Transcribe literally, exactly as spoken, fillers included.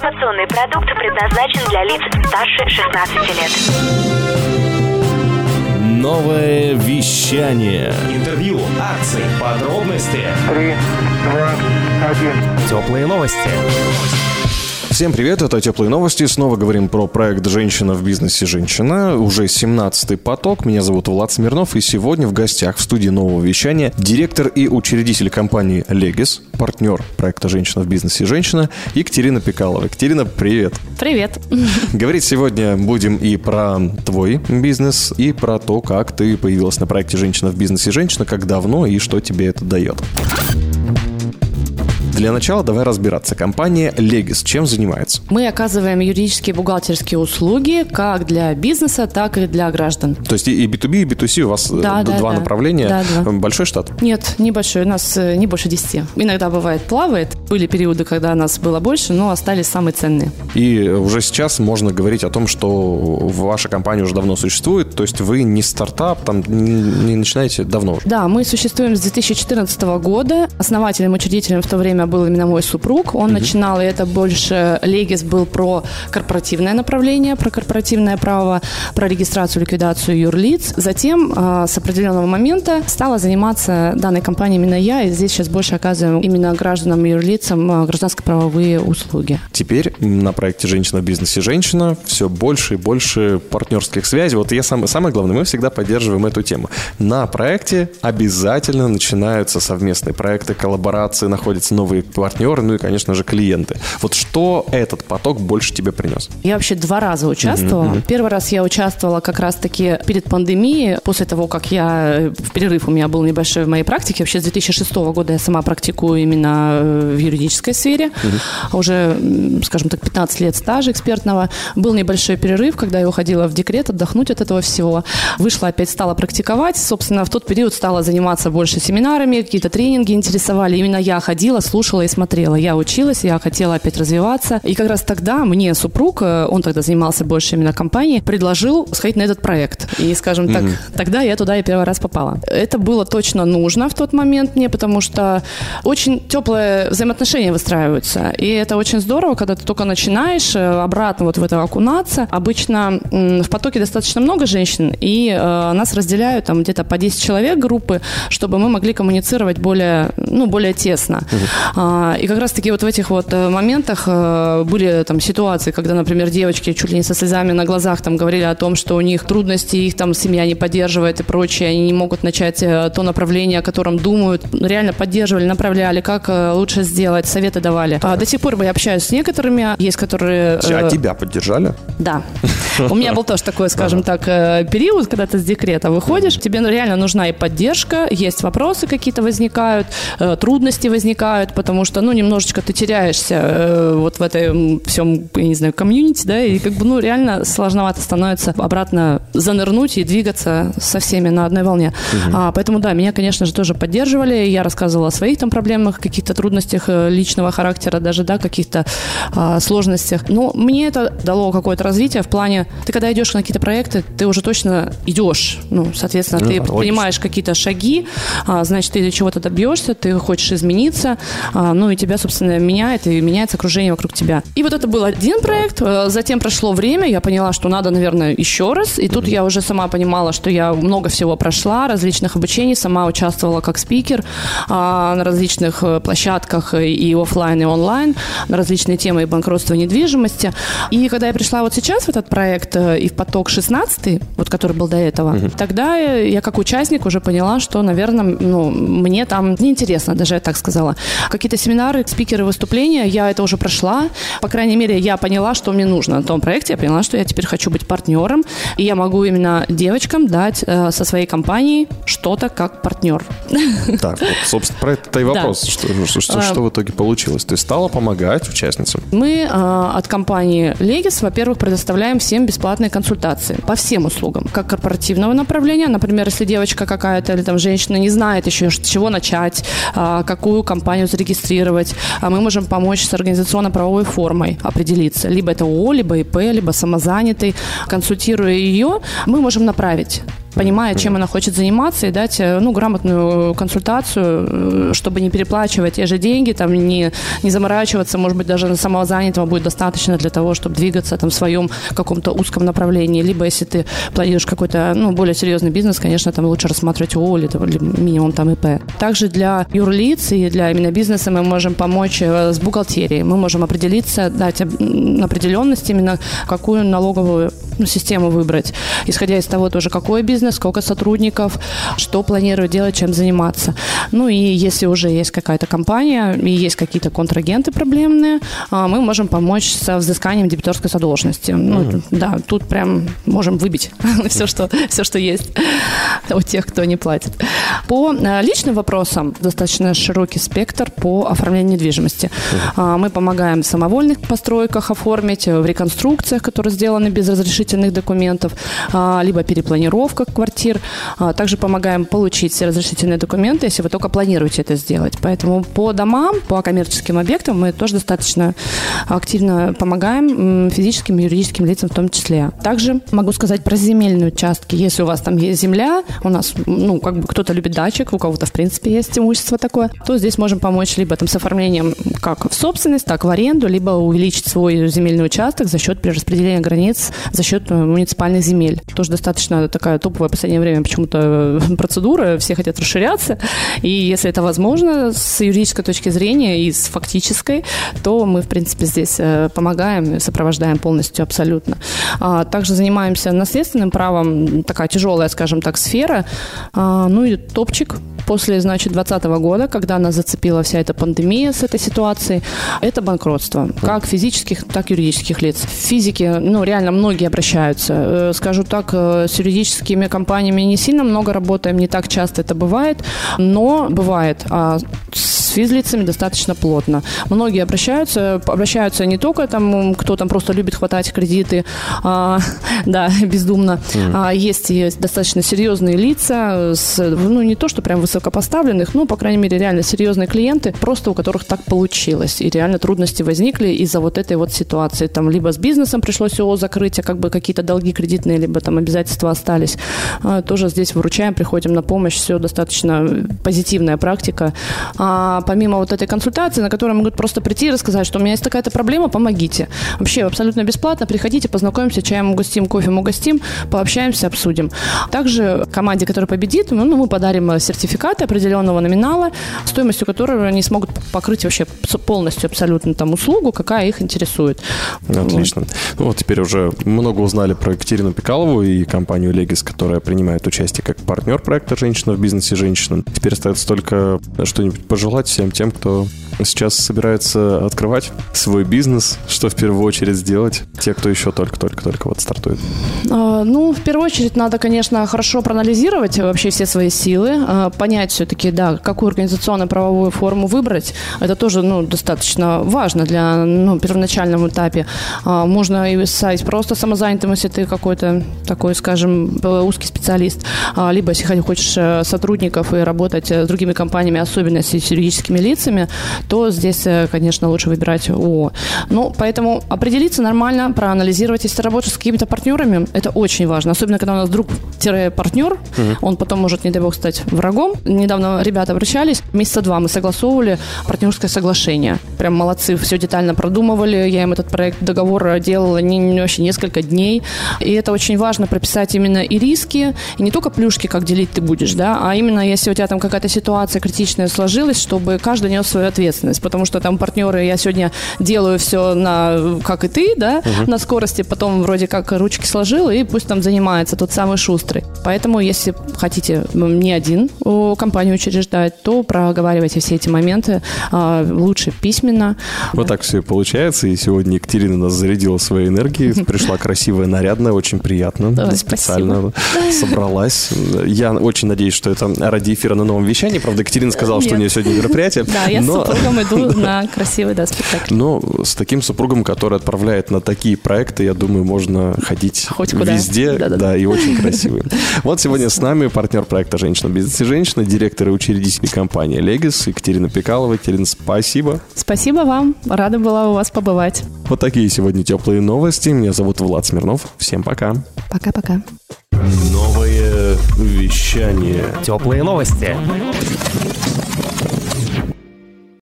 Информационный продукт предназначен для лиц старше шестнадцати лет. Новое вещание. Интервью, акции, подробности. Три, два, один. Теплые новости. Всем привет, это «Теплые новости». Снова говорим про проект «Женщина в бизнесе. Женщина». Уже семнадцатый поток. Меня зовут Влад Смирнов. И сегодня в гостях в студии нового вещания директор и учредитель компании «Легис», партнер проекта «Женщина в бизнесе. Женщина» Екатерина Пекалова. Екатерина, привет. Привет. Говорить сегодня будем и про твой бизнес, и про то, как ты появилась на проекте «Женщина в бизнесе. Женщина», как давно и что тебе это дает. Для начала давай разбираться. Компания «Легис» чем занимается? Мы оказываем юридические и бухгалтерские услуги как для бизнеса, так и для граждан. То есть и би ту би, и би ту си у вас да, два да, направления. Да, да. Большой штат? Нет, небольшой. У нас не больше десяти. Иногда бывает плавает. Были периоды, когда нас было больше, но остались самые ценные. И уже сейчас можно говорить о том, что ваша компания уже давно существует. То есть вы не стартап, там не начинаете давно уже? Да, мы существуем с две тысячи четырнадцатого года. Основателем, учредителем в то время был именно мой супруг. Он uh-huh. начинал, и это больше Легис был про корпоративное направление, про корпоративное право, про регистрацию, ликвидацию юрлиц. Затем с определенного момента стала заниматься данной компанией именно я, и здесь сейчас больше оказываем именно гражданам и юрлицам гражданско-правовые услуги. Теперь на проекте «Женщина в бизнесе. Женщина» все больше и больше партнерских связей. Вот я сам, самое главное, мы всегда поддерживаем эту тему. На проекте обязательно начинаются совместные проекты, коллаборации, находятся новые партнеры, ну и, конечно же, клиенты. Вот что этот поток больше тебе принес? Я вообще два раза участвовала. Uh-huh, uh-huh. Первый раз я участвовала как раз-таки перед пандемией, после того, как я в перерыв у меня был небольшой в моей практике. Вообще с две тысячи шестого года я сама практикую именно в юридической сфере. Uh-huh. Уже, скажем так, пятнадцать лет стажа экспертного. Был небольшой перерыв, когда я уходила в декрет, отдохнуть от этого всего. Вышла опять, стала практиковать. Собственно, в тот период стала заниматься больше семинарами, какие-то тренинги интересовали. Именно я ходила, слушала и смотрела. Я училась, я хотела опять развиваться. И как раз тогда мне супруг, он тогда занимался больше именно компанией, предложил сходить на этот проект. И, скажем так, mm-hmm. тогда я туда и первый раз попала. Это было точно нужно в тот момент мне, потому что очень теплые взаимоотношения выстраиваются. И это очень здорово, когда ты только начинаешь обратно вот в это окунаться. Обычно в потоке достаточно много женщин, и нас разделяют там где-то по десять человек группы, чтобы мы могли коммуницировать более, ну, более тесно. Mm-hmm. И как раз-таки вот в этих вот моментах были там ситуации, когда, например, девочки чуть ли не со слезами на глазах там говорили о том, что у них трудности, их там семья не поддерживает и прочее, они не могут начать то направление, о котором думают. Реально поддерживали, направляли, как лучше сделать, советы давали. До сих пор я общаюсь с некоторыми, есть которые... А тебя поддержали? Да. У меня был тоже такой, скажем так, период, когда ты с декрета выходишь, тебе реально нужна и поддержка, есть вопросы какие-то возникают, трудности возникают, потому что, ну, немножечко ты теряешься э, вот в этой всем, я не знаю, комьюнити, да, и как бы, ну, реально сложновато становится обратно занырнуть и двигаться со всеми на одной волне. Угу. А, поэтому, да, меня, конечно же, тоже поддерживали, я рассказывала о своих там проблемах, каких-то трудностях личного характера, даже, да, каких-то а, сложностях. Но мне это дало какое-то развитие в плане, ты когда идешь на какие-то проекты, ты уже точно идешь, ну, соответственно, ну, ты предпринимаешь какие-то шаги, а, значит, ты чего-то добьешься, ты хочешь измениться, а, ну, и тебя, собственно, меняет, и меняется окружение вокруг тебя. И вот это был один проект, затем прошло время, я поняла, что надо, наверное, еще раз, и тут mm-hmm. я уже сама понимала, что я много всего прошла, различных обучений, сама участвовала как спикер а, на различных площадках и офлайн, и онлайн, на различные темы и банкротства, и недвижимости. И когда я пришла вот сейчас в этот проект и в поток шестнадцатый, вот который был до этого, mm-hmm. тогда я как участник уже поняла, что, наверное, ну, мне там неинтересно, даже я так сказала. Какие-то семинары, спикеры, выступления, я это уже прошла. По крайней мере, я поняла, что мне нужно на том проекте. Я поняла, что я теперь хочу быть партнером. И я могу именно девочкам дать э, со своей компанией что-то как партнер. Так, вот, собственно, про это и вопрос. Да. Что, что, что, что в итоге получилось? Ты стала помогать участницам? Мы э, от компании Легис, во-первых, предоставляем всем бесплатные консультации по всем услугам. Как корпоративного направления. Например, если девочка какая-то или там женщина не знает еще, с чего начать, э, какую компанию зарегистрировать, мы можем помочь с организационно-правовой формой определиться. Либо это ООО, либо ИП, либо самозанятый. Консультируя ее, мы можем направить понимая, чем она хочет заниматься, и дать, ну, грамотную консультацию, чтобы не переплачивать те же деньги, там, не, не заморачиваться, может быть, даже на самозанятого будет достаточно для того, чтобы двигаться там в своем каком-то узком направлении. Либо, если ты планируешь какой-то, ну, более серьезный бизнес, конечно, там лучше рассматривать ООО или, или минимум там ИП. Также для юрлиц и для именно бизнеса мы можем помочь с бухгалтерией. Мы можем определиться, дать определенность именно, какую налоговую, ну, систему выбрать. Исходя из того тоже, какой бизнес, сколько сотрудников, что планируют делать, чем заниматься. Ну и если уже есть какая-то компания и есть какие-то контрагенты проблемные, мы можем помочь со взысканием дебиторской задолженности. Ну, mm-hmm. да, тут прям можем выбить все, что, все, что есть у тех, кто не платит. По личным вопросам достаточно широкий спектр по оформлению недвижимости. Mm-hmm. Мы помогаем в самовольных постройках оформить, в реконструкциях, которые сделаны без разрешительных документов, либо перепланировках квартир. Также помогаем получить все разрешительные документы, если вы только планируете это сделать. Поэтому по домам, по коммерческим объектам мы тоже достаточно активно помогаем физическим и юридическим лицам в том числе. Также могу сказать про земельные участки. Если у вас там есть земля, у нас, ну, как бы кто-то любит дачек, у кого-то, в принципе, есть имущество такое, то здесь можем помочь либо там с оформлением как в собственность, так в аренду, либо увеличить свой земельный участок за счет перераспределения границ, за счет муниципальных земель. Тоже достаточно такая топовая в последнее время почему-то процедура, все хотят расширяться, и если это возможно с юридической точки зрения и с фактической, то мы, в принципе, здесь помогаем, сопровождаем полностью абсолютно. Также занимаемся наследственным правом, такая тяжелая, скажем так, сфера. Ну и топчик после, значит, двадцатого года, когда нас зацепила вся эта пандемия с этой ситуацией, это банкротство, как физических, так и юридических лиц. В физике, ну, реально многие обращаются. Скажу так, с юридическими компаниями не сильно много работаем, не так часто это бывает, но бывает. А с физлицами достаточно плотно. Многие обращаются, обращаются не только там, кто там просто любит хватать кредиты, а, да, бездумно. Mm. А, есть и достаточно серьезные лица, с, ну, не то, что прям высокопоставленных, но, по крайней мере, реально серьезные клиенты, просто у которых так получилось. И реально трудности возникли из-за вот этой вот ситуации. Там либо с бизнесом пришлось ООО закрыть, а как бы какие-то долги кредитные, либо там обязательства остались. А, тоже здесь выручаем, приходим на помощь. Все достаточно позитивная практика. А помимо вот этой консультации, на которой могут просто прийти и рассказать, что у меня есть такая-то проблема, помогите. Вообще абсолютно бесплатно. Приходите, познакомимся, чаем угостим, кофем угостим, пообщаемся, обсудим. Также команде, которая победит, ну, мы подарим сертификаты определенного номинала, стоимостью которого они смогут покрыть вообще полностью абсолютно там услугу, какая их интересует. Отлично. Вот. Ну, вот теперь уже много узнали про Екатерину Пикалову и компанию Legis, которая принимает участие как партнер проекта «Женщина в бизнесе. Женщина». Теперь остается только что-нибудь пожелать всем тем, кто сейчас собирается открывать свой бизнес, что в первую очередь сделать, те, кто еще только-только-только вот стартует? А, ну, в первую очередь надо, конечно, хорошо проанализировать вообще все свои силы, а, понять все-таки, да, какую организационно-правовую форму выбрать. Это тоже, ну, достаточно важно для, ну, первоначальном этапе. А, можно и стать просто самозанятым, если ты какой-то такой, скажем, узкий специалист, а, либо если хочешь сотрудников и работать с другими компаниями, особенно с юридическими лицами, то здесь, конечно, лучше выбирать ООО. Ну, поэтому определиться нормально, проанализировать. Если ты работаешь с какими-то партнерами, это очень важно. Особенно, когда у нас друг-партнер, угу. он потом может, не дай бог, стать врагом. Недавно ребята обращались, месяца два мы согласовывали партнерское соглашение. Прям молодцы, все детально продумывали. Я им этот проект, договор делала не, вообще несколько дней. И это очень важно, прописать именно и риски, и не только плюшки, как делить ты будешь, да, а именно, если у тебя там какая-то ситуация критичная сложилась, чтобы каждый нес свою ответственность. Потому что там партнеры, я сегодня делаю все на, как и ты, да, uh-huh. на скорости, потом вроде как ручки сложил, и пусть там занимается тот самый шустрый. Поэтому, если хотите не один компанию учреждать, то проговаривайте все эти моменты а, лучше письменно. Вот так все и получается. И сегодня Екатерина нас зарядила своей энергией. Пришла красивая, нарядная, очень приятно. Да, специально собралась. Я очень надеюсь, что это ради эфира на новом вещании. Правда, Екатерина сказала, что у нее сегодня мероприятие. Да, я с супругом иду на красивый, да, спектакль. Но с таким супругом, который отправляет на такие проекты, я думаю, можно ходить хоть куда. Везде, да, да, да, и очень красивый. Вот сегодня с нами партнер проекта «Женщина в бизнесе. Женщина», директор и учредитель компании Legis Екатерина Пикалова. Екатерина, спасибо. Спасибо вам. Рада была у вас побывать. Вот такие сегодня теплые новости. Меня зовут Влад Смирнов. Всем пока. Пока-пока. Новые Вещание. Теплые новости.